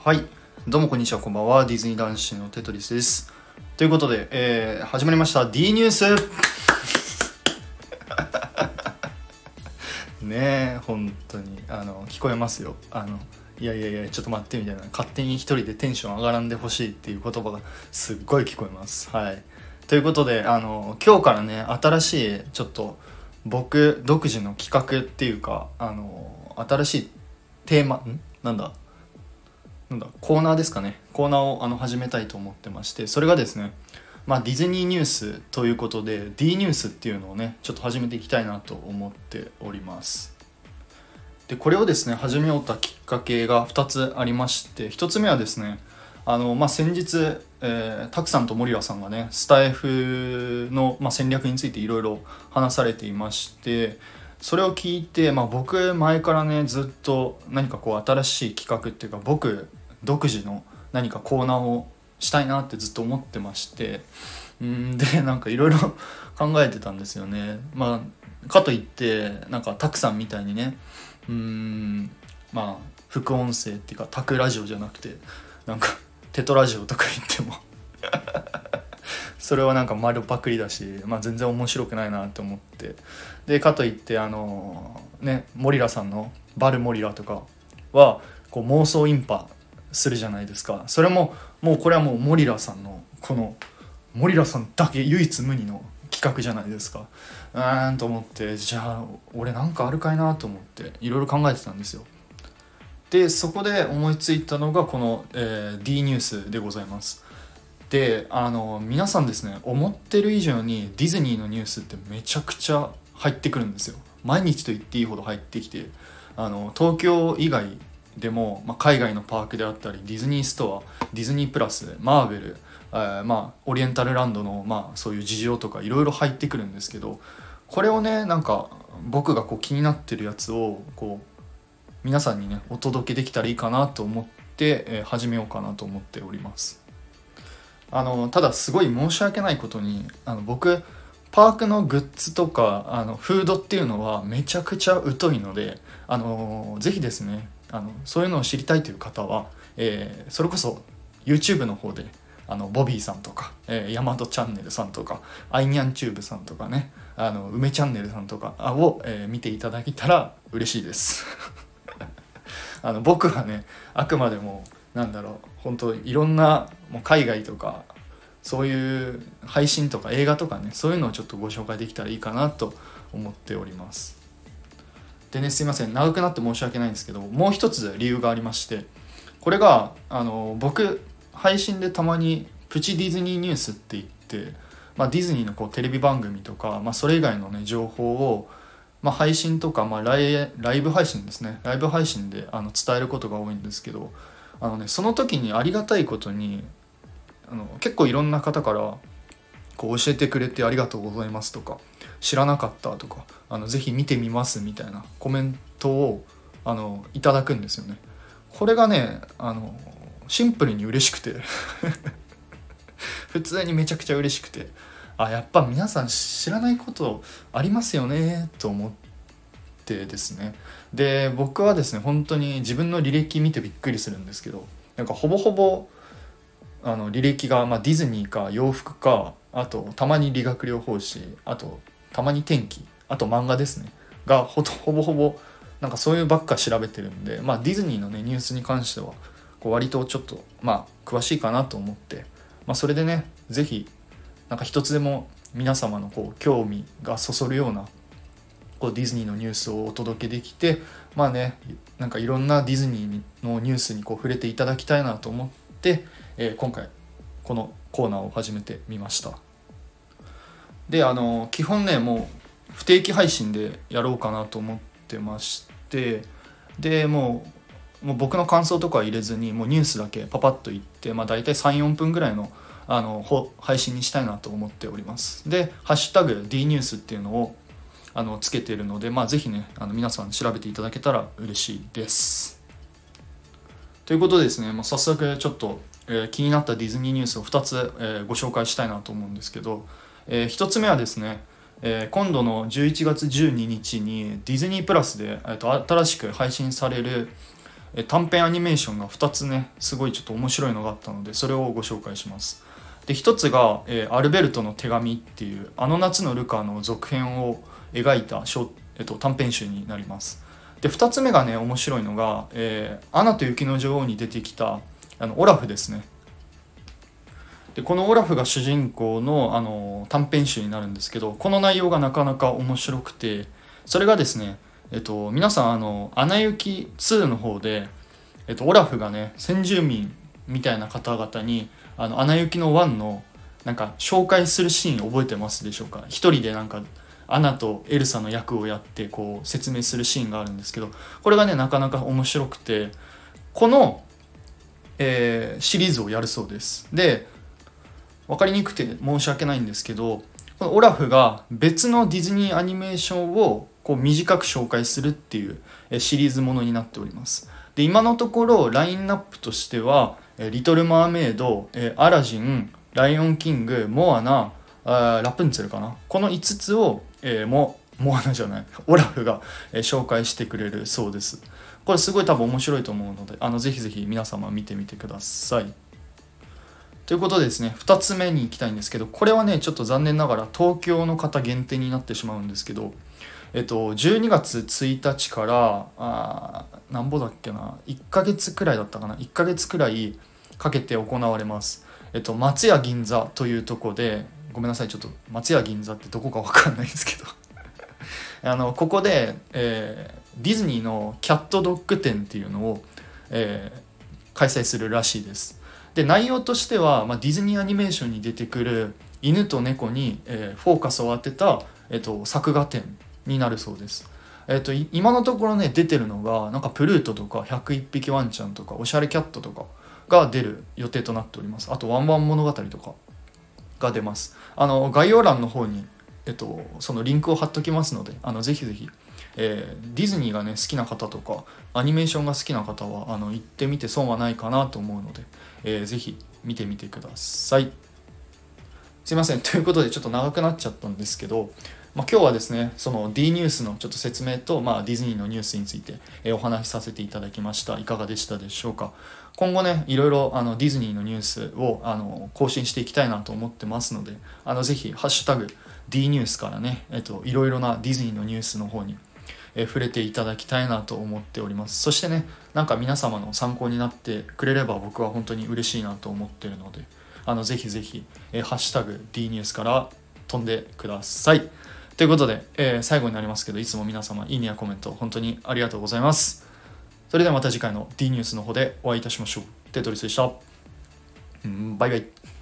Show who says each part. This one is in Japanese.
Speaker 1: はい、どうもこんにちは、こんばんは。ディズニー男子のテトリスです。ということで、始まりました D ニュースねえ、本当に聞こえますよ。いやちょっと待ってみたいな、勝手に一人でテンション上がらんでほしいっていう言葉がすっごい聞こえます。はい。ということで、今日からね、新しいちょっと僕独自の企画っていうか、新しいテーマコーナーですかね。コーナーを始めたいと思ってまして、それがですね、ディズニーニュースということで D ニュースっていうのをねちょっと始めていきたいなと思っております。でこれをですね始めようときっかけが2つありまして、1つ目はですね先日、タクさんとモリラさんがねスタイフの、戦略についていろいろ話されていまして、それを聞いて、僕前からねずっと何かこう新しい企画っていうか僕独自の何かコーナーをしたいなってずっと思ってまして、でなんかいろいろ考えてたんですよね。かといってなんかタクさんみたいにね副音声っていうかタクラジオじゃなくてなんかテトラジオとか言ってもそれはなんか丸パクリだし、全然面白くないなって思って、でかといってモリラさんのバルモリラとかはこう妄想インパするじゃないですか。それももうこれはもうモリラさんのこのモリラさんだけ唯一無二の企画じゃないですか。と思って、じゃあ俺なんかあるかいなと思っていろいろ考えてたんですよ。でそこで思いついたのがこの、D ニュースでございます。で皆さんですね、思ってる以上にディズニーのニュースってめちゃくちゃ入ってくるんですよ。毎日と言っていいほど入ってきて、東京以外でも、海外のパークであったりディズニーストア、ディズニープラス、マーベル、オリエンタルランドの、そういう事情とかいろいろ入ってくるんですけど、これをねなんか僕がこう気になってるやつをこう皆さんにねお届けできたらいいかなと思って、始めようかなと思っております。ただすごい申し訳ないことに僕パークのグッズとかフードっていうのはめちゃくちゃ疎いのでぜひですねそういうのを知りたいという方は、それこそ YouTube の方でボビーさんとか、ヤマトチャンネルさんとかアイニャンチューブさんとかね梅チャンネルさんとかを、見ていただけたら嬉しいです僕はねあくまでも本当いろんなもう海外とかそういう配信とか映画とかねそういうのをちょっとご紹介できたらいいかなと思っております。でね、すいません長くなって申し訳ないんですけど、もう一つ理由がありまして、これが僕配信でたまにプチディズニーニュースって言って、ディズニーのこうテレビ番組とか、それ以外のね情報を、配信とか、ライブ配信ですね、ライブ配信で伝えることが多いんですけど、その時にありがたいことに結構いろんな方からこう教えてくれてありがとうございますとか、知らなかったとかぜひ見てみますみたいなコメントをいただくんですよね。これがねシンプルに嬉しくて普通にめちゃくちゃ嬉しくて、やっぱ皆さん知らないことありますよねと思ってですね。で僕はですね本当に自分の履歴見てびっくりするんですけど、なんかほぼほぼ履歴が、ディズニーか洋服か、あとたまに理学療法士、あとたまに天気、あと漫画ですねがほぼほぼなんかそういうばっか調べてるんで、ディズニーのねニュースに関してはこう割とちょっと詳しいかなと思って、それでねぜひなんか一つでも皆様のこう興味がそそるようなこうディズニーのニュースをお届けできて、なんかいろんなディズニーのニュースにこう触れていただきたいなと思って、今回このコーナーを始めてみました。で基本ねもう不定期配信でやろうかなと思ってまして、でもう僕の感想とかは入れずにもうニュースだけパパッと言って、大体 3,4 分ぐらいの配信にしたいなと思っております。でハッシュタグ D ニュースっていうのをつけているので、ぜひね皆さん調べていただけたら嬉しいです。ということでですね、早速ちょっと、気になったディズニーニュースを2つ、ご紹介したいなと思うんですけど、1つ目はですね、今度の11月12日にディズニープラスで、新しく配信される、 短編アニメーションが2つねすごいちょっと面白いのがあったので、それをご紹介します。で1つが、アルベルトの手紙っていうあの夏のルカの続編を描いた短編集になります。で2つ目がね面白いのが、アナと雪の女王に出てきたオラフですね。でこのオラフが主人公の、短編集になるんですけど、この内容がなかなか面白くて、それがですね、皆さんアナ雪2の方で、オラフがね先住民みたいな方々にアナ雪の1のなんか紹介するシーン覚えてますでしょうか。一人でなんかアナとエルサの役をやってこう説明するシーンがあるんですけど、これがねなかなか面白くて、この、シリーズをやるそうです。で分かりにくくて申し訳ないんですけど、このオラフが別のディズニーアニメーションをこう短く紹介するっていうシリーズものになっております。で今のところラインナップとしてはリトル・マーメイド、アラジン、ライオン・キング、モアナ、ラプンツェルかな、この5つを、モアナじゃないオラフが、紹介してくれるそうです。これすごい多分面白いと思うのでぜひぜひ皆様見てみてください。ということでですね、2つ目に行きたいんですけど、これはねちょっと残念ながら東京の方限定になってしまうんですけど、12月1日からなんぼだっけな、1ヶ月くらいだったかな、1ヶ月くらいかけて行われます。松屋銀座というとこで、ごめんなさいちょっと松屋銀座ってどこか分かんないんですけどここで、ディズニーのキャットドッグ展っていうのを、開催するらしいです。で内容としては、ディズニーアニメーションに出てくる犬と猫に、フォーカスを当てた、作画展になるそうです。今のところね出てるのがなんかプルートとか101匹ワンちゃんとかおしゃれキャットとかが出る予定となっております。あとワンワン物語とかが出ます。概要欄の方に、そのリンクを貼っときますのでぜひぜひ、ディズニーがね好きな方とかアニメーションが好きな方は行ってみて損はないかなと思うので、ぜひ見てみてください。すいません、ということでちょっと長くなっちゃったんですけど、今日はですねその D ニュースのちょっと説明と、ディズニーのニュースについて、お話しさせていただきました。いかがでしたでしょうか。今後ねいろいろディズニーのニュースを更新していきたいなと思ってますので、ぜひハッシュタグ D ニュースからね、いろいろなディズニーのニュースの方に触れていただきたいなと思っております。そしてねなんか皆様の参考になってくれれば僕は本当に嬉しいなと思っているので、ぜひぜひ、ハッシュタグ D ニュースから飛んでください。ということで、最後になりますけど、いつも皆様いいねやコメント本当にありがとうございます。それではまた次回の D ニュースの方でお会いいたしましょう。テトリスでした。バイバイ。